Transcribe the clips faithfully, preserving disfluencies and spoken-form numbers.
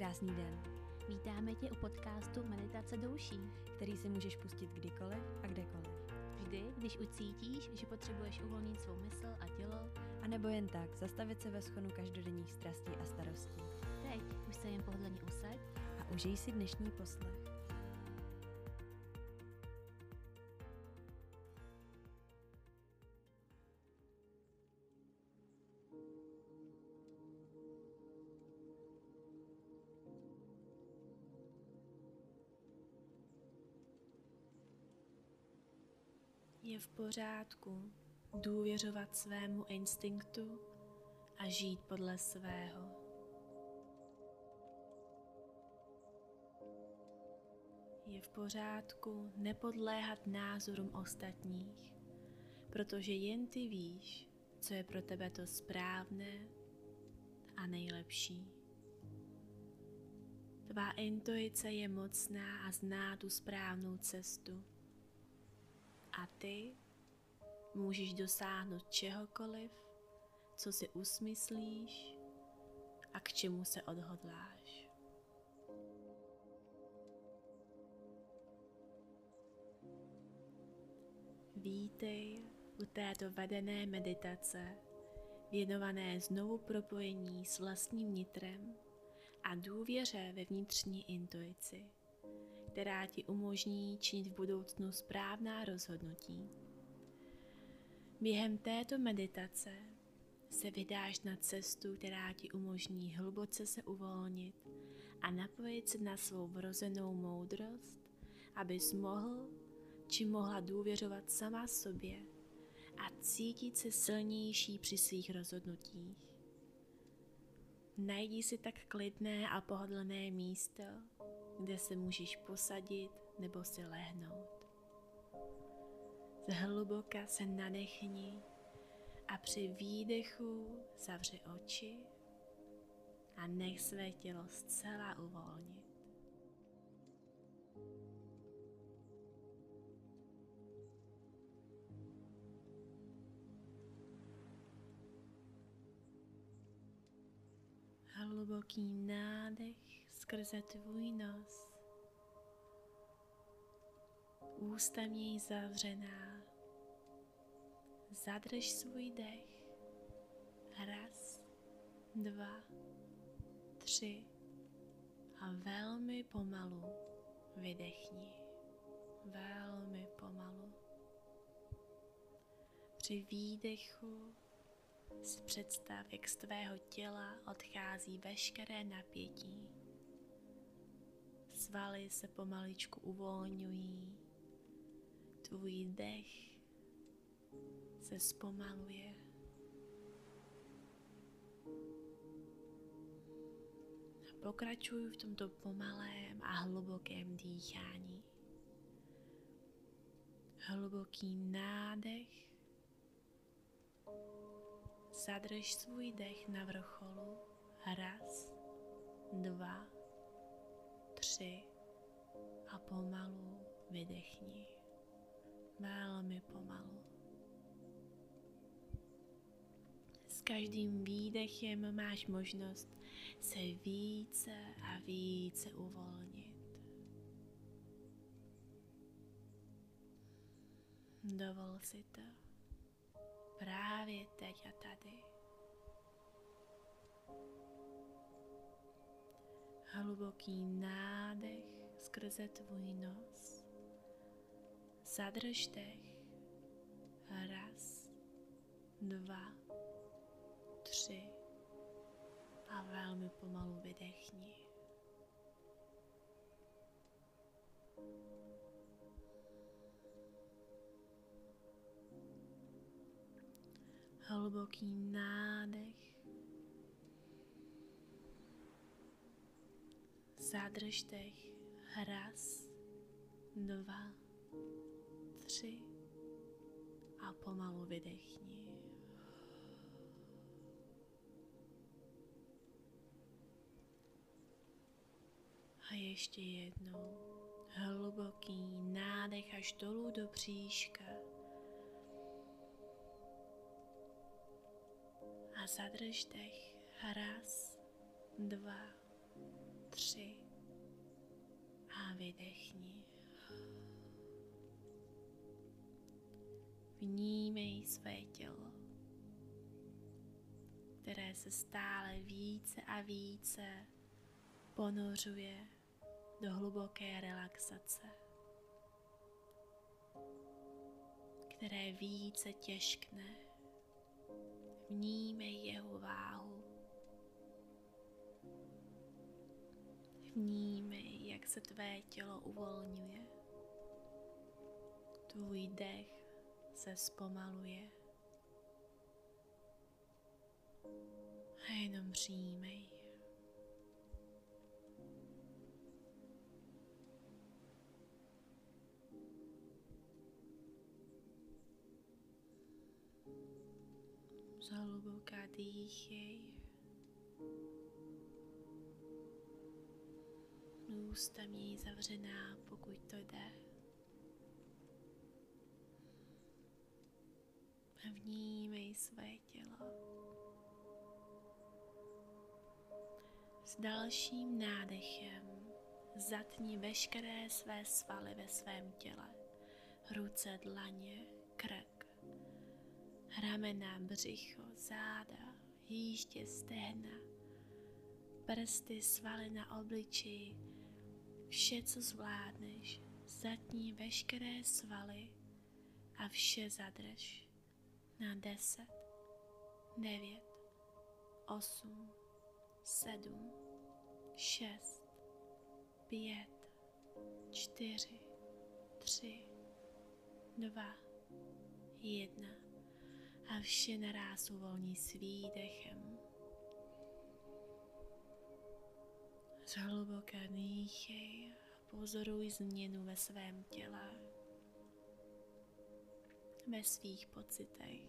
Krásný den. Vítáme tě u podcastu Meditace douší, který si můžeš pustit kdykoliv a kdekoliv. Vždy, když ucítíš, že potřebuješ uvolnit svou mysl a tělo, a nebo jen tak zastavit se ve schonu každodenních strastí a starostí. Teď už se jen pohodlně usaď a užij si dnešní poslech. Je v pořádku důvěřovat svému instinktu a žít podle svého. Je v pořádku nepodléhat názorům ostatních, protože jen ty víš, co je pro tebe to správné a nejlepší. Tvá intuice je mocná a zná tu správnou cestu. A ty můžeš dosáhnout čehokoliv, co si usmyslíš a k čemu se odhodláš. Vítej u této vedené meditace, věnované znovu propojení s vlastním nitrem a důvěře ve vnitřní intuici, která ti umožní činit v budoucnu správná rozhodnutí. Během této meditace se vydáš na cestu, která ti umožní hluboce se uvolnit a napojit se na svou vrozenou moudrost, abys mohl či mohla důvěřovat sama sobě a cítit se silnější při svých rozhodnutích. Najdi si tak klidné a pohodlné místo, kde se můžeš posadit nebo si lehnout. Zhluboka se nadechni a při výdechu zavři oči a nech své tělo zcela uvolnit. Hluboký nádech skrze tvůj nos. Ústa měj zavřená. Zadrž svůj dech. Raz, dva, tři a velmi pomalu vydechni. Velmi pomalu. Při výdechu si představ, jak z tvého těla odchází veškeré napětí. Svaly se pomaličku uvolňují. Tvůj dech se zpomaluje. A pokračuj v tomto pomalém a hlubokém dýchání. Hluboký nádech. Zadrž svůj dech na vrcholu. Raz, dva, tři a pomalu vydechni. Velmi pomalu. S každým výdechem máš možnost se více a více uvolnit. Dovol si to. Právě teď a tady. Hluboký nádech skrze tvůj nos. Zadrž dech. Raz, dva, tři a velmi pomalu vydechni. Hluboký nádech. Zadrž dech. Raz, dva, tři a pomalu vydechni. A ještě jednou hluboký nádech až dolů do bříška. A zadrž dech. Raz, dva, tři a vydechni. Vnímej své tělo, které se stále více a více ponořuje do hluboké relaxace, které více těžkne. Vnímej jeho váhu. Vnímej, jak se tvé tělo uvolňuje. Tvůj dech se zpomaluje. A jenom přijímej. Zhluboka dýchej. Ústa měj zavřená, pokud to jde. A vnímej své tělo. S dalším nádechem zatni veškeré své svaly ve svém těle. Ruce, dlaně, krk, ramena, břicho, záda, jíždě, stehna, prsty, svaly na obličeji, vše, co zvládneš, zatni veškeré svaly a vše zadrž na deset, devět, osm, sedm, šest, pět, čtyři, tři, dva, jedna a vše naráz uvolní s výdechem. Zhluboka dýchej a pozoruj změnu ve svém těle, ve svých pocitech.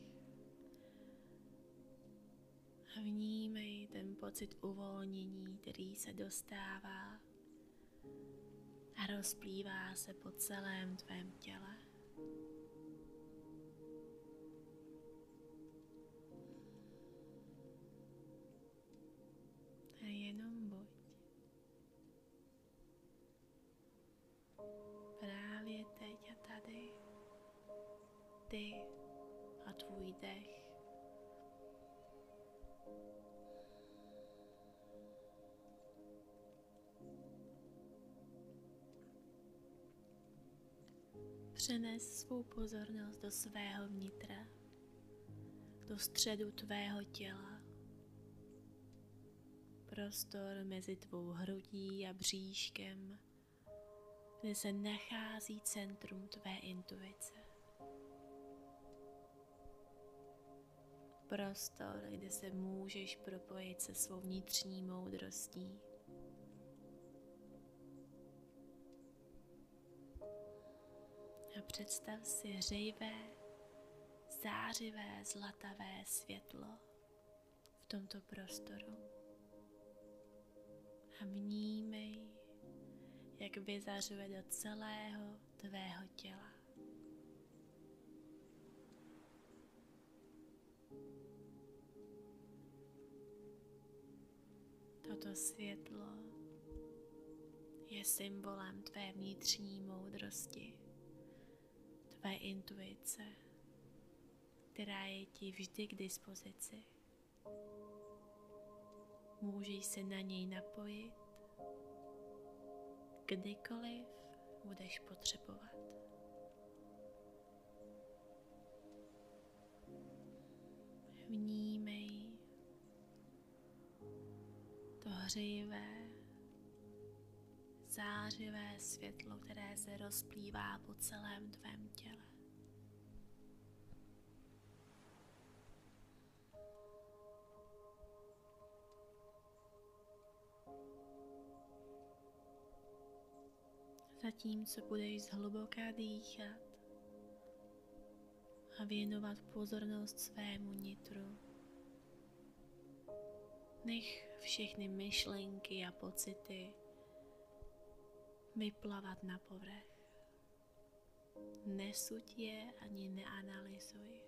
A vnímej ten pocit uvolnění, který se dostává a rozplývá se po celém tvém těle. A jenom buď. Právě teď a tady ty a tvůj dech. Přenes svou pozornost do svého vnitra, do středu tvého těla. Prostor mezi tvou hrudí a bříškem, kde se nachází centrum tvé intuice. Prostor, kde se můžeš propojit se svou vnitřní moudrostí. A představ si hřejivé, zářivé, zlatavé světlo v tomto prostoru. A vnímej, jak vyzařuje do celého tvého těla. Toto světlo je symbolem tvé vnitřní moudrosti, tvé intuice, která je ti vždy k dispozici. Můžeš se na něj napojit, kdykoliv budeš potřebovat. Vnímej to hřejivé, zářivé světlo, které se rozplývá po celém tvém těle. Zatímco budeš zhluboka dýchat a věnovat pozornost svému nitru, nech všechny myšlenky a pocity vyplavat na povrch. Nesuď je ani neanalyzuj.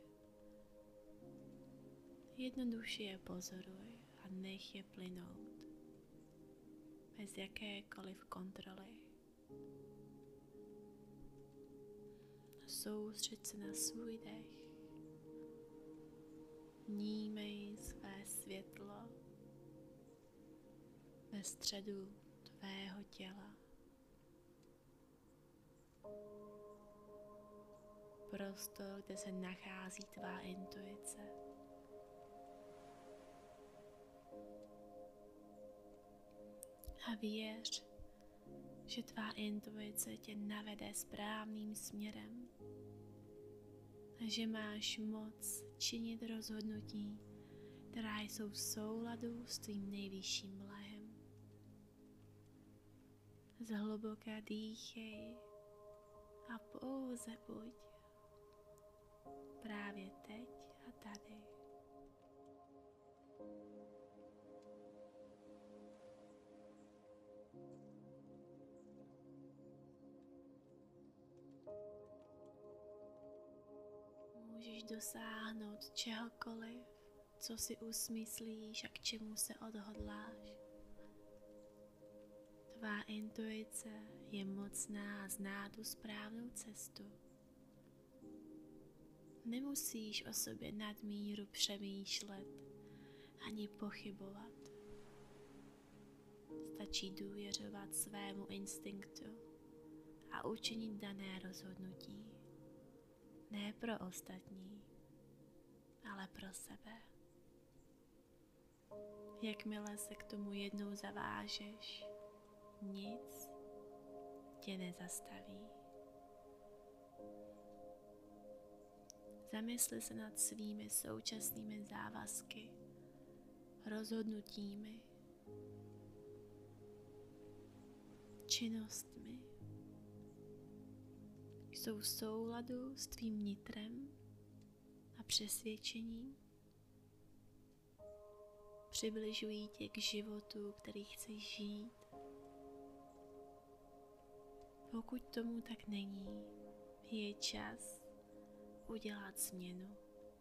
Jednoduše je pozoruj a nech je plynout bez jakékoliv kontroly. Soustřeď se na svůj dech. Vnímej své světlo ve středu tvého těla. Prostor, kde se nachází tvá intuice. A věř, že tvá intuice tě navede správným směrem a že máš moc činit rozhodnutí, která jsou v souladu s tvým nejvyšším blahem. Zhluboka dýchej a pouze buď právě teď a tady. Můžeš dosáhnout čehokoliv, co si usmyslíš a k čemu se odhodláš. Tvá intuice je mocná a zná tu správnou cestu. Nemusíš o sobě nadmíru přemýšlet ani pochybovat. Stačí důvěřovat svému instinktu a učinit dané rozhodnutí. Ne pro ostatní, ale pro sebe. Jakmile se k tomu jednou zavážeš, nic tě nezastaví. Zamysli se nad svými současnými závazky, rozhodnutími, činnostmi. Jsou v souladu s tvým nitrem a přesvědčením. Přibližují tě k životu, který chceš žít. Pokud tomu tak není, je čas udělat změnu.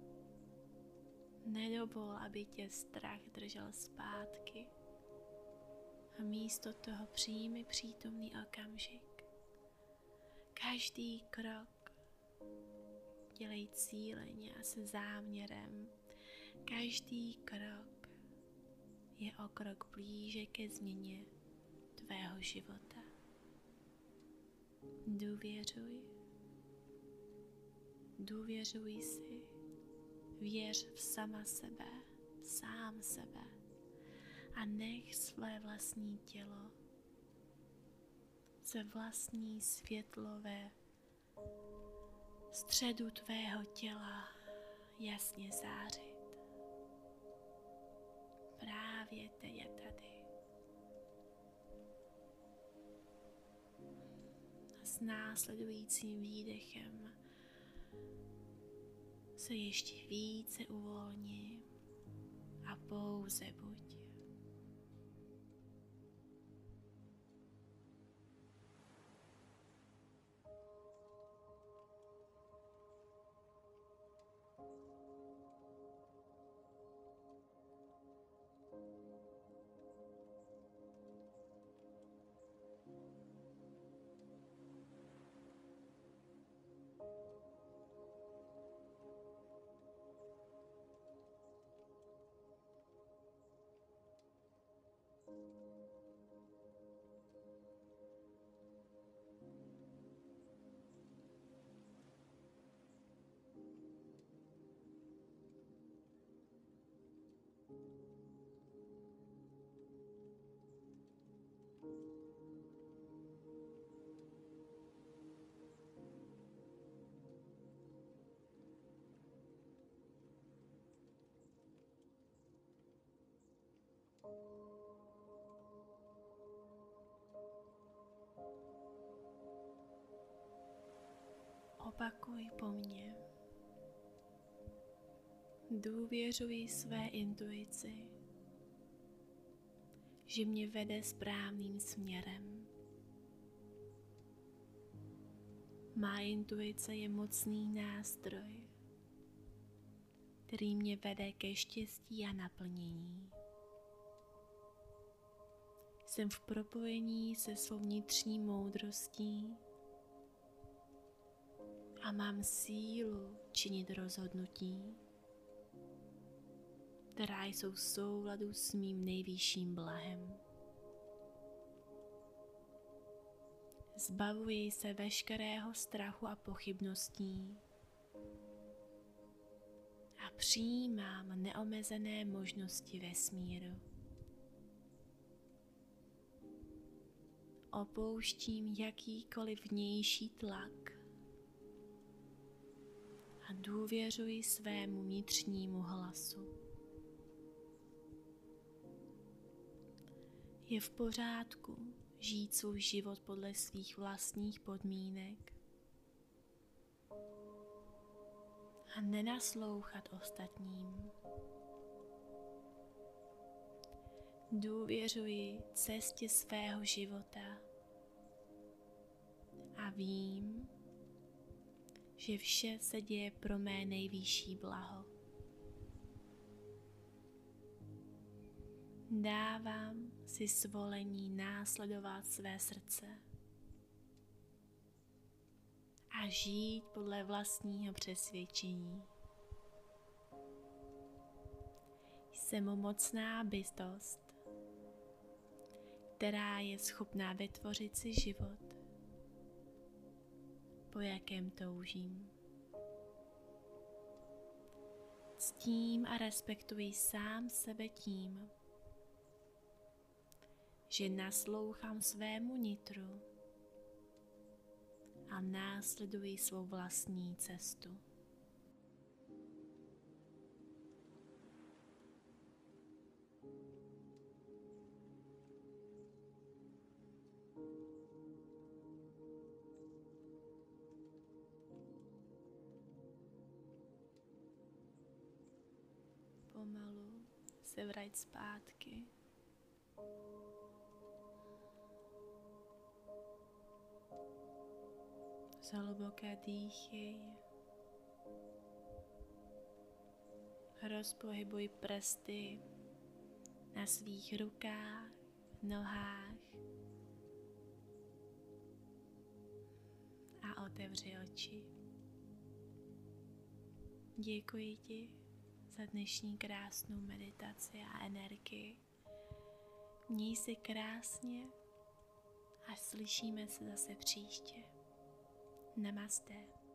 Nedovol, aby tě strach držel zpátky a místo toho přijmi přítomný okamžik. Každý krok dělej cíleně a se záměrem. Každý krok je o krok blíže ke změně tvého života. Důvěřuj. Důvěřuj si. Věř v sama sebe, sám sebe a nech své vlastní tělo se vlastní světlo ve středu tvého těla jasně zářit. Právě teď a tady. A s následujícím výdechem se ještě více uvolni a pouze buď. Opakuj po mně. Důvěřuji své intuici, že mě vede správným směrem. Má intuice je mocný nástroj, který mě vede ke štěstí a naplnění. Jsem v propojení se svou vnitřní moudrostí a mám sílu činit rozhodnutí, která jsou v souladu s mým nejvyšším blahem. Zbavuji se veškerého strachu a pochybností a přijímám neomezené možnosti vesmíru. Opouštím jakýkoliv vnější tlak a důvěřuji svému vnitřnímu hlasu. Je v pořádku žít svůj život podle svých vlastních podmínek a nenaslouchat ostatním. Důvěřuji cestě svého života a vím, že vše se děje pro mé nejvyšší blaho. Dávám si svolení následovat své srdce a žít podle vlastního přesvědčení. Jsem mocná bytost, která je schopná vytvořit si život, po jakém toužím. Ctím a respektuji sám sebe tím, že naslouchám svému nitru a následuji svou vlastní cestu. Pomalu se vrať zpátky. Hluboké dýchy. Rozpohybuj prsty na svých rukách, nohách a otevři oči. Děkuji ti za dnešní krásnou meditaci a energii. Měj si krásně a slyšíme se zase příště. Namaste.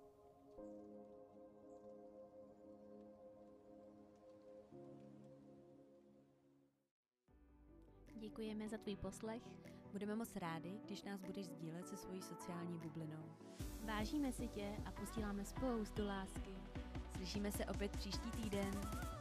Děkujeme za tvůj poslech. Budeme moc rádi, když nás budeš sdílet se svojí sociální bublinou. Vážíme si tě a posíláme spoustu lásky. Slyšíme se opět příští týden.